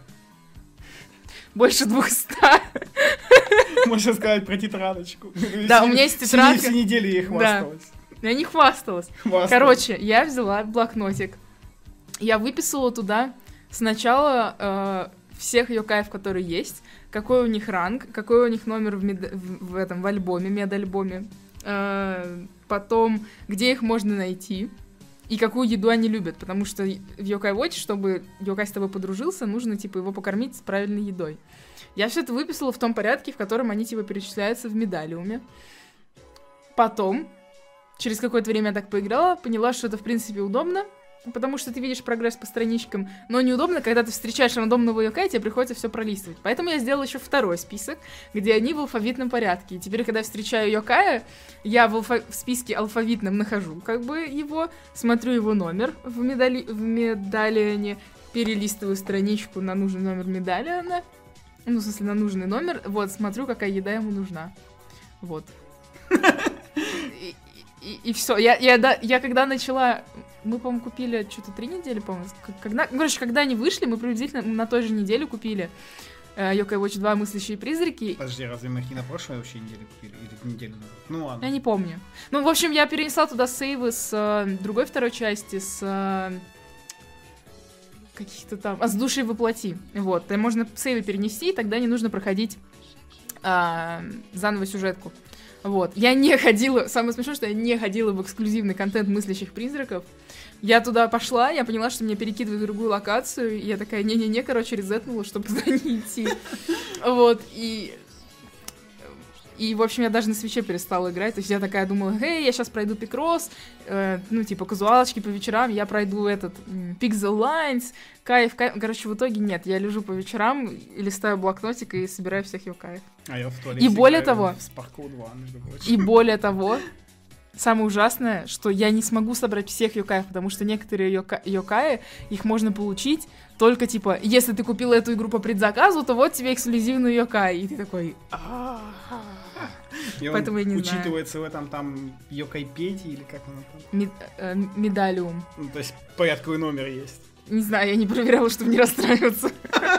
Больше двухста. Можно сказать про тетрадочку. Да, у меня есть тетрадка. Всю неделю ей хвасталась. Я не хвасталась. хвасталась. Короче, я взяла блокнотик. Я выписала туда сначала э, всех Йокаев, которые есть, какой у них ранг, какой у них номер в, мед... в, в этом в альбоме, медальбоме. Э, потом, где их можно найти. И какую еду они любят, потому что в Yokai Watch, чтобы Йокай с тобой подружился, нужно, типа, его покормить с правильной едой. Я все это выписала в том порядке, в котором они, типа, перечисляются в медалиуме. Потом, через какое-то время я так поиграла, поняла, что это, в принципе, удобно, потому что ты видишь прогресс по страничкам, но неудобно, когда ты встречаешь рандомного Йокая, тебе приходится все пролистывать. Поэтому я сделала еще второй список, где они в алфавитном порядке. И теперь, когда я встречаю Йокая, я в, алфа- в списке алфавитном нахожу как бы его, смотрю его номер в, медали... в медальоне, перелистываю страничку на нужный номер медальона, ну, в смысле, на нужный номер, вот, смотрю, какая еда ему нужна. Вот. И, и, и все. Я, я, да, я когда начала... Мы, по-моему, купили что-то три недели, по-моему. Когда, ну, короче, когда они вышли, мы приблизительно на той же неделе купили э, Yokai Watch два «Мыслящие призраки». Подожди, разве мы их не на прошлой вообще неделе купили? Или неделю назад? Ну ладно. Я не помню. Ну, в общем, я перенесла туда сейвы с э, другой второй части, с... Э, каких-то там... А, с «Душей воплоти». Вот. И можно сейвы перенести, и тогда не нужно проходить э, заново сюжетку. Вот. Я не ходила... Самое смешное, что я не ходила в эксклюзивный контент «Мыслящих призраков». Я туда пошла, я поняла, что меня перекидывают в другую локацию, и я такая, не-не-не, короче, резетнула, чтобы туда не идти. Вот, и... И, в общем, я даже на свече перестала играть, то есть я такая думала, эй, я сейчас пройду Пикрос, э, ну, типа, казуалочки по вечерам, я пройду этот Pixel Lines, кайф, кайф. Короче, в итоге нет, я лежу по вечерам, листаю блокнотик и собираю всех Йокаев. А я в туалете и более того, в Sparkle два, между прочим. И более того, самое ужасное, что я не смогу собрать всех Йокаев, потому что некоторые йока- Йокаи, их можно получить только, типа, если ты купил эту игру по предзаказу, то вот тебе эксклюзивный Йокай. И ты такой... И Поэтому он я не учитывается знаю. в этом там Йокай-пети или как он там? Мед, э, медалиум. Ну, то есть порядковый номер есть. Не знаю, я не проверяла, чтобы не расстраиваться.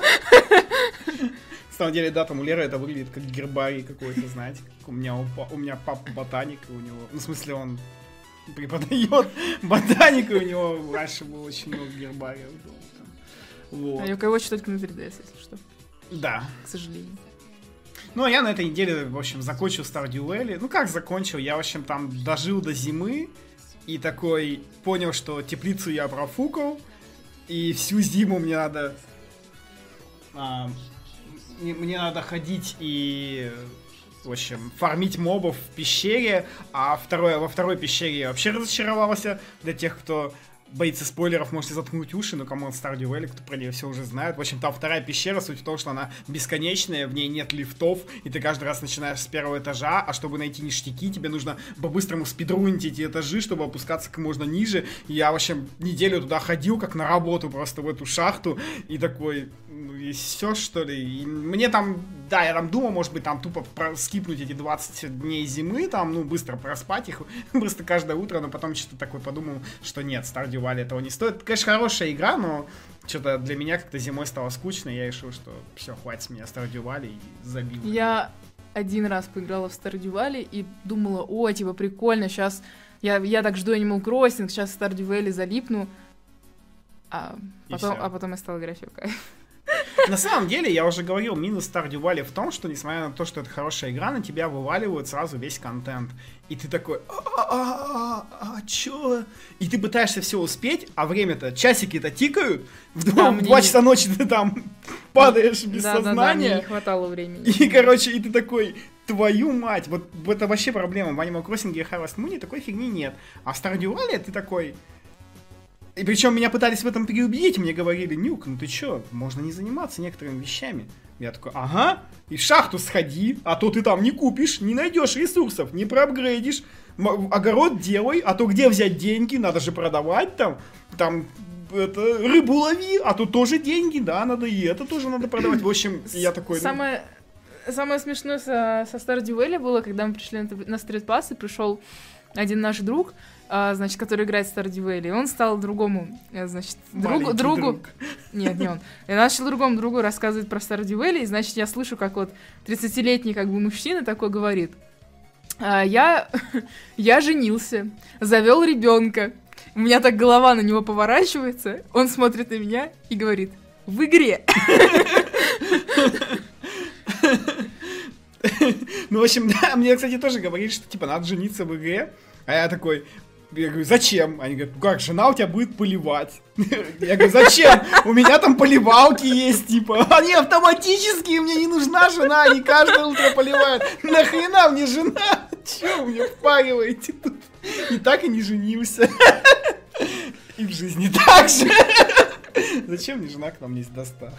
На самом деле, да, там у Леры это выглядит как гербарий какой-то, знаете. У меня, у меня папа ботаник, и у него... Ну, в смысле, он преподает ботанику, и у него раньше было очень много гербариев. Вот. А Yokai Watch только на три ди эс, если что. Да. К сожалению. Ну, а я на этой неделе, в общем, закончил Stardew Valley. Ну, как закончил? Я, в общем, там дожил до зимы и такой понял, что теплицу я профукал, и всю зиму мне надо... А, мне надо ходить и... В общем, фармить мобов в пещере, а второе, во второй пещере я вообще разочаровался. Для тех, кто боится спойлеров, можете заткнуть уши, но кому Stardew Valley, кто про нее все уже знает. В общем, там вторая пещера, суть в том, что она бесконечная, в ней нет лифтов, и ты каждый раз начинаешь с первого этажа, а чтобы найти ништяки, тебе нужно по-быстрому спидрунить эти этажи, чтобы опускаться как можно ниже. И я, в общем, неделю туда ходил, как на работу, просто в эту шахту, и такой, ну и все, что ли. И мне там, да, я там думал, может быть, там тупо скипнуть эти двадцать дней зимы, там, ну, быстро проспать их, просто каждое утро, но потом что-то такое подумал, что нет, Stardew Valley этого не стоит. Конечно, хорошая игра, но что-то для меня как-то зимой стало скучно, и я решил, что все, хватит с меня Stardew Valley, и забил. Я один раз поиграла в Stardew Valley и думала, о, типа, прикольно, сейчас я, я так жду Animal Crossing, сейчас в Stardew Valley залипну, а потом, а потом я стала играть в Yokai. На самом деле, я уже говорил, минус Stardew Valley в том, что, несмотря на то, что это хорошая игра, на тебя вываливают сразу весь контент. И ты такой, а чё? И ты пытаешься все успеть, а время-то, часики-то тикают, в два часа ночи ты там падаешь без сознания. Да-да-да, мне не хватало времени. И, короче, и ты такой, твою мать, вот это вообще проблема. В Animal Crossing и Harvest Moon такой фигни нет. А в Stardew Valley ты такой... И причем меня пытались в этом переубедить, мне говорили, Нюк, ну ты чё, можно не заниматься некоторыми вещами. Я такой, ага, и в шахту сходи, а то ты там не купишь, не найдешь ресурсов, не проапгрейдишь, огород делай, а то где взять деньги, надо же продавать там, там, это, рыбу лови, а то тоже деньги, да, надо и это тоже надо продавать. В общем, я такой... Самое, ну... самое смешное со, со Stardew Valley было, когда мы пришли на, на стрит-пасс, и пришел один наш друг, а, значит, который играет в Stardew Valley, он стал другому, значит, другу, другу... Друг. Нет, не он. И начал другому другу рассказывать про Stardew Valley, и, значит, я слышу, как вот тридцатилетний как бы мужчина такой говорит: а, я... я женился, завел ребенка. У меня так голова на него поворачивается, он смотрит на меня и говорит: в игре. Ну, в общем, да, мне, кстати, тоже говорили, что, типа, надо жениться в игре. А я такой, я говорю, зачем? Они говорят, ну как, жена у тебя будет поливать. Я говорю, зачем? У меня там поливалки есть, типа, они автоматические, мне не нужна жена, они каждое утро поливают. Нахрена мне жена? Чё вы мне впариваете тут? И так и не женился. И в жизни так же. Зачем мне жена к нам не сдаста?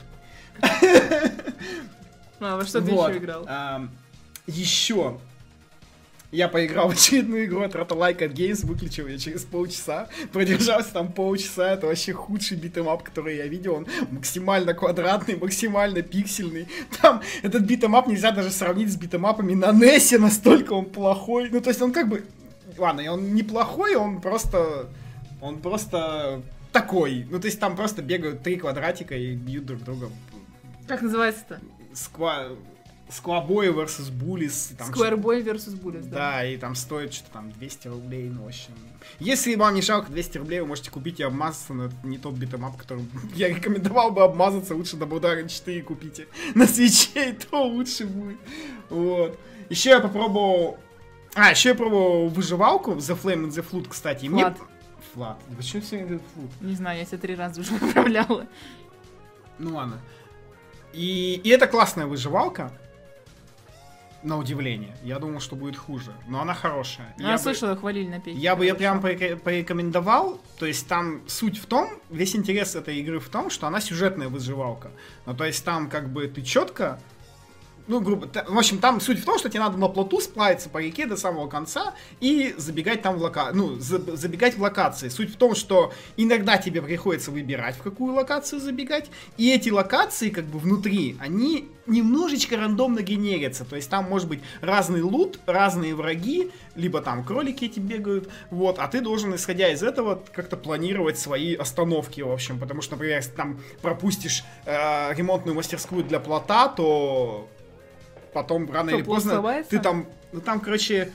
А, во что ты вот. еще играл? А, еще я поиграл в очередную игру от Rotolike Games, выключил ее через полчаса, продержался там полчаса, это вообще худший битэмап, который я видел, он максимально квадратный, максимально пиксельный, там этот битэмап нельзя даже сравнить с битэмапами на несе, настолько он плохой, ну то есть он как бы, ладно, он неплохой, он просто, он просто такой, ну то есть там просто бегают три квадратика и бьют друг друга. Как называется-то? Сква... Сквабой versus Bullies. Сквэрбой versus Bullies, да. Да, и там стоит что-то там двести рублей, ну, в общем. Если вам не жалко двести рублей, вы можете купить и обмазаться, но это не тот битэмап, которым я рекомендовал бы обмазаться, лучше Double Dragon четыре купите на свече, и то лучше будет. Вот. Еще я попробовал... А, еще я пробовал выживалку The Flame and the Flood, кстати. И Флат. Мне... Флат. Почему все время Флут? Не знаю, я тебя три раза уже управляла. Ну ладно. И, и это классная выживалка, на удивление. Я думал, что будет хуже, но она хорошая. Я, я слышала, бы, хвалили на пейке. Я бы ее прям порекомендовал. То есть там суть в том, весь интерес этой игры в том, что она сюжетная выживалка. Ну то есть там как бы ты четко... Ну, грубо... В общем, там суть в том, что тебе надо на плоту сплавиться по реке до самого конца и забегать там в лока... Ну, за... забегать в локации. Суть в том, что иногда тебе приходится выбирать, в какую локацию забегать, и эти локации, как бы, внутри, они немножечко рандомно генерятся. То есть там может быть разный лут, разные враги, либо там кролики эти бегают, вот, а ты должен, исходя из этого, как-то планировать свои остановки, в общем. Потому что, например, если там пропустишь э, ремонтную мастерскую для плота, то... Потом рано Что, или поздно ты там, ну там, короче,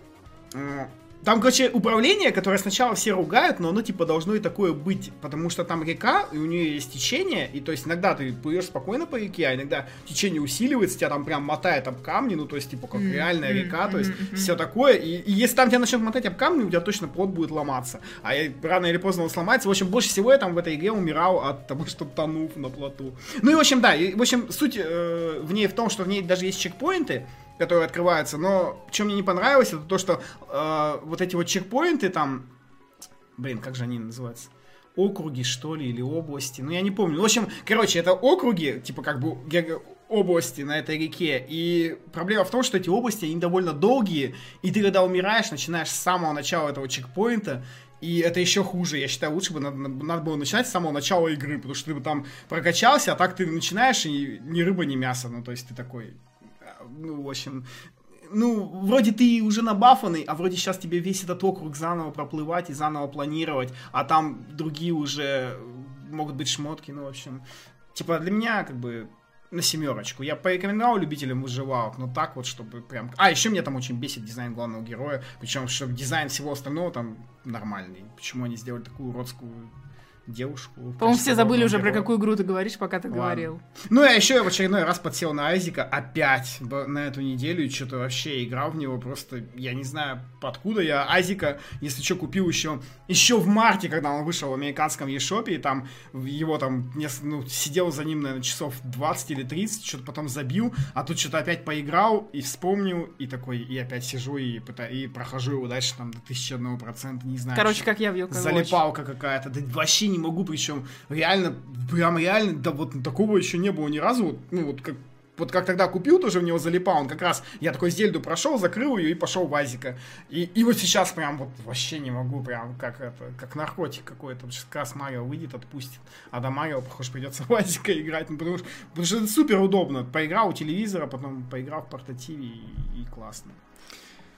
э, там, короче, управление, которое сначала все ругают, но оно, типа, должно и такое быть, потому что там река, и у нее есть течение, и, то есть, иногда ты плывешь спокойно по реке, а иногда течение усиливается, тебя там прям мотает об камни, ну, то есть, типа, как mm-hmm. реальная река, mm-hmm. то есть, mm-hmm. все такое, и, и если там тебя начнет мотать об камни, у тебя точно плот будет ломаться, а рано или поздно он сломается. В общем, больше всего я там в этой игре умирал от того, что тонув на плоту. Ну, и, в общем, да, и, в общем, суть э, в ней в том, что в ней даже есть чекпоинты, которые открываются, но что мне не понравилось, это то, что э, вот эти вот чекпоинты там, блин, как же они называются? Округи, что ли, или области, ну я не помню. В общем, короче, это округи, типа как бы области на этой реке, и проблема в том, что эти области, они довольно долгие, и ты когда умираешь, начинаешь с самого начала этого чекпоинта, и это еще хуже. Я считаю, лучше бы надо, надо было начинать с самого начала игры, потому что ты бы там прокачался, а так ты начинаешь, и ни рыба, ни мясо, ну то есть ты такой... Ну, в общем, ну, вроде ты уже набафанный, а вроде сейчас тебе весь этот округ заново проплывать и заново планировать, а там другие уже могут быть шмотки, ну, в общем. Типа, для меня, как бы, на семерочку. Я порекомендовал любителям выживалок, но так вот, чтобы прям... А, еще меня там очень бесит дизайн главного героя, причем, что дизайн всего остального там нормальный. Почему они сделали такую уродскую... девушку. По-моему, все забыли уже, героя. Про какую игру ты говоришь, пока ты Ладно. говорил. Ну, я еще в очередной раз подсел на Айзека опять на эту неделю, и что-то вообще играл в него, просто, я не знаю, откуда я Айзека, если что, купил еще, еще в марте, когда он вышел в американском eShop, и там его там, ну, сидел за ним, наверное, часов двадцать или тридцать, что-то потом забил, а тут что-то опять поиграл, и вспомнил, и такой, и опять сижу, и, и прохожу его дальше, там, до тысячи одного процента, не знаю. Короче, как я в Йоко Залипалка какая-то, да вообще не могу, причем реально, прям реально, да вот такого еще не было ни разу, вот, ну вот как, вот как тогда купил, тоже в него залипал, он как раз, я такой Зельду прошел, закрыл ее и пошел в Азика, и, и вот сейчас прям вот вообще не могу, прям как это, как наркотик какой-то, вот сейчас как раз Марио выйдет, отпустит, а до Марио, похоже, придется в Азика играть, ну потому что, потому что это супер удобно, поиграл у телевизора, потом поиграл в портативе и, и классно.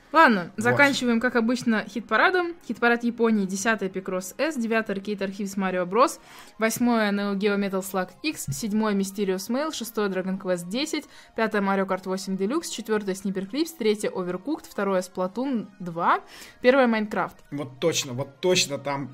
Ладно, вот. Заканчиваем, как обычно, хит-парадом. Хит-парад Японии, десятое Picross S, девятое Arcade Archives Mario Bros, восьмое Neo Geo Metal Slug X, седьмое Mysterious Mail, шестое Dragon Quest десять, пятое Mario Kart восемь Deluxe, четвертое Sniper Clips, третье Overcooked, второе Splatoon два, первое Minecraft. Вот точно, вот точно там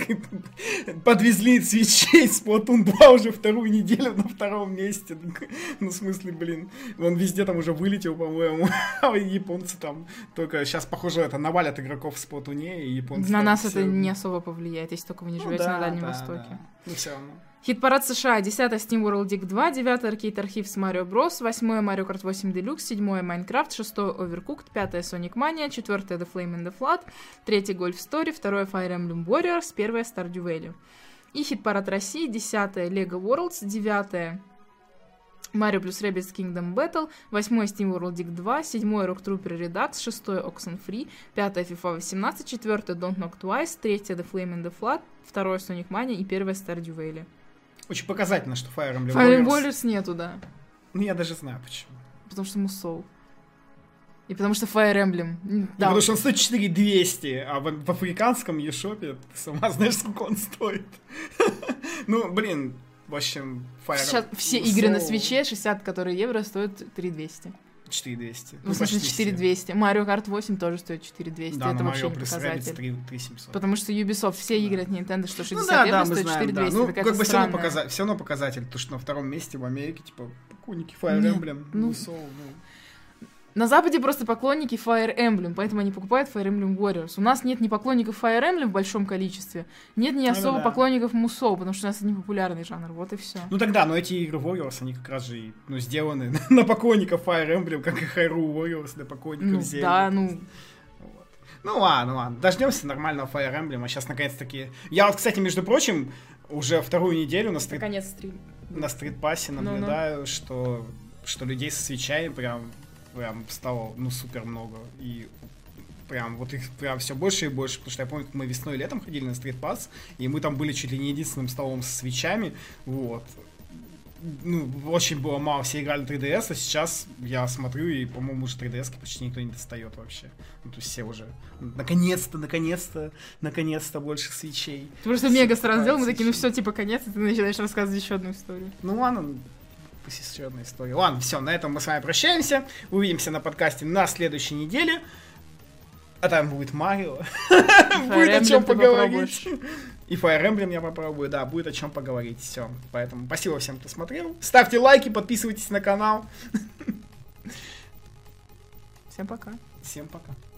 подвезли свечей Splatoon два уже вторую неделю на втором месте. Ну, в смысле, блин, он везде там уже вылетел, по-моему, а японцы там только сейчас, похоже, это навалят игроков в Splatoon, и японцы... На нас все... это не особо повлияет, если только вы не живете ну, да, на Дальнем да, Востоке. Да. Ну, все равно. Хит-парад США, десятое Steam World Dig два, девятое Arcade Archives Mario Bros, восьмое Mario Kart восемь Deluxe, седьмое Minecraft, шестое Overcooked, пятое Sonic Mania, четвертое The Flame and the Flood, третье Golf Story, второе Fire Emblem Warriors, первое Stardew Valley. И хит-парад России, десятое Lego Worlds, девятое Mario plus Rabbids Kingdom Battle, восьмое Steam World Dig два, седьмое Rock Trooper Redux, шестое Oxenfree, пятое FIFA восемнадцать, четвертое Don't Knock Twice, третье The Flame and the Flood, второе Sonic Mania и первое Stardew Valley. Очень показательно, что Fire Emblem Fire Warriors... Warriors нету, да. Ну, я даже знаю, почему. Потому что Musou. И потому что Fire Emblem. И да. Потому что он стоит четыре тысячи двести, а в, в африканском eShop ты сама знаешь, сколько он стоит. Ну, блин, в общем, Fire Сейчас Emblem... все игры на свече, шестьдесят которые евро, стоят три тысячи двести. четыре тысячи двести. Ну, в смысле, четыре тысячи двести. Mario Kart восемь тоже стоит четыре тысячи двести. Да, это вообще Mario не плюс показатель. три тысячи семьсот. Потому что Ubisoft, все игры от Nintendo, что шестьдесят ну, да, евро да, стоит четыре тысячи двести. Да. Ну, это как бы все равно, показатель, все равно показатель, то, что на втором месте в Америке, типа, поклонники Fire Emblem, ну, Musou, ну... На Западе просто поклонники Fire Emblem, поэтому они покупают Fire Emblem Warriors. У нас нет ни поклонников Fire Emblem в большом количестве, нет ни особо ну, да. поклонников Musou, потому что у нас это не популярный жанр, вот и все. Ну тогда, но эти игры Warriors, они как раз же ну, сделаны на поклонников Fire Emblem, как и Hyrule Warriors для поклонников ну, Zelda. Да, ну... Вот. Ну ладно, ладно, дождемся нормального Fire Emblem, а сейчас наконец-таки... Я вот, кстати, между прочим, уже вторую неделю на стрит... Наконец стрим. На стрит-пассе наблюдаю, ну, что... что людей со свечами прям... прям стало, ну, супер много, и прям вот их прям все больше и больше, потому что я помню, как мы весной и летом ходили на стрит-пасс, и мы там были чуть ли не единственным столом со свечами, вот. Ну, очень было мало, все играли на три ди эс, а сейчас я смотрю, и, по-моему, уже три ди эс почти никто не достает вообще. Ну, то есть все уже, наконец-то, наконец-то, наконец-то больше свечей. Ты просто мега сразу сделал, мы такие, ну все, типа, конец, и ты начинаешь рассказывать еще одну историю. Ну ладно, еще одна история. Ладно, все, на этом мы с вами прощаемся. Увидимся на подкасте на следующей неделе. А там будет Марио. Будет о чем поговорить. И Fire Emblem я попробую, да, будет о чем поговорить. Все. Поэтому спасибо всем, кто смотрел. Ставьте лайки, подписывайтесь на канал. Всем пока. Всем пока.